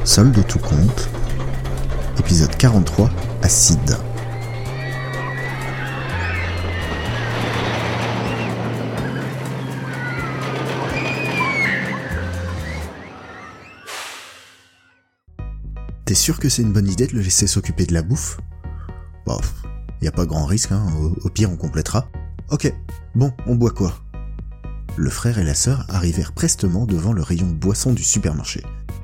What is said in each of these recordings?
Solde tout compte, épisode 43, Acide. T'es sûr que c'est une bonne idée de le laisser s'occuper de la bouffe ? Bon, y a pas grand risque, hein, au pire on complétera. Ok, bon, on boit quoi ? Le frère et la sœur arrivèrent prestement devant le rayon boisson du supermarché.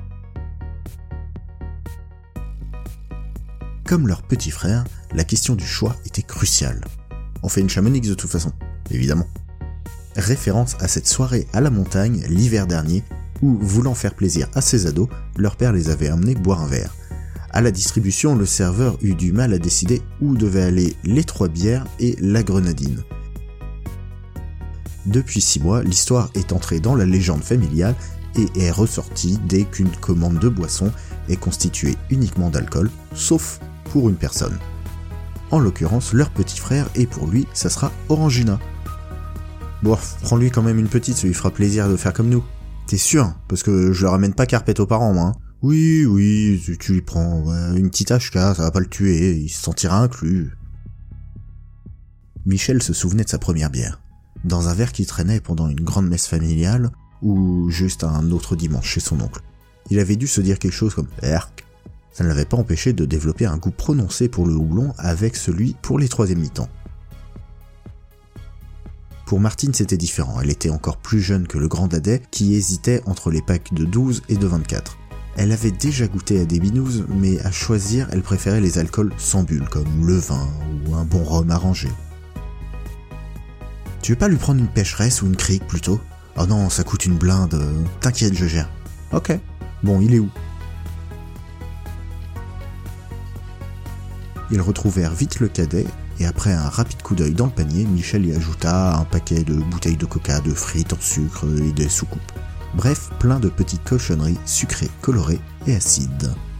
Comme leur petit frère, la question du choix était cruciale. On fait une Chamonix de toute façon, évidemment. Référence à cette soirée à la montagne l'hiver dernier où, voulant faire plaisir à ses ados, leur père les avait amenés boire un verre. À la distribution, le serveur eut du mal à décider où devaient aller les 3 bières et la grenadine. Depuis 6 mois, l'histoire est entrée dans la légende familiale et est ressortie dès qu'une commande de boisson est constituée uniquement d'alcool, sauf pour une personne. En l'occurrence, leur petit frère, et pour lui, ça sera Orangina. Bon, prends-lui quand même une petite, ça lui fera plaisir de faire comme nous. T'es sûr ? Parce que je le ramène pas carpette aux parents, moi. Hein. Oui, tu lui prends une petite HK, ça va pas le tuer, il se sentira inclus. Michel se souvenait de sa première bière. Dans un verre qui traînait pendant une grande messe familiale, ou juste un autre dimanche chez son oncle. Il avait dû se dire quelque chose comme « Erk ». Ça ne l'avait pas empêché de développer un goût prononcé pour le houblon avec celui pour les 3e mi-temps. Pour Martine, c'était différent. Elle était encore plus jeune que le grand dadais qui hésitait entre les packs de 12 et de 24. Elle avait déjà goûté à des binous, mais à choisir, elle préférait les alcools sans bulles, comme le vin ou un bon rhum arrangé. Tu veux pas lui prendre une pêcheresse ou une crique plutôt ? Oh non, ça coûte une blinde, t'inquiète, je gère. Ok, bon, il est où ? Ils retrouvèrent vite le cadet, et après un rapide coup d'œil dans le panier, Michel y ajouta un paquet de bouteilles de coca, de frites en sucre et des soucoupes. Bref, plein de petites cochonneries sucrées, colorées et acides.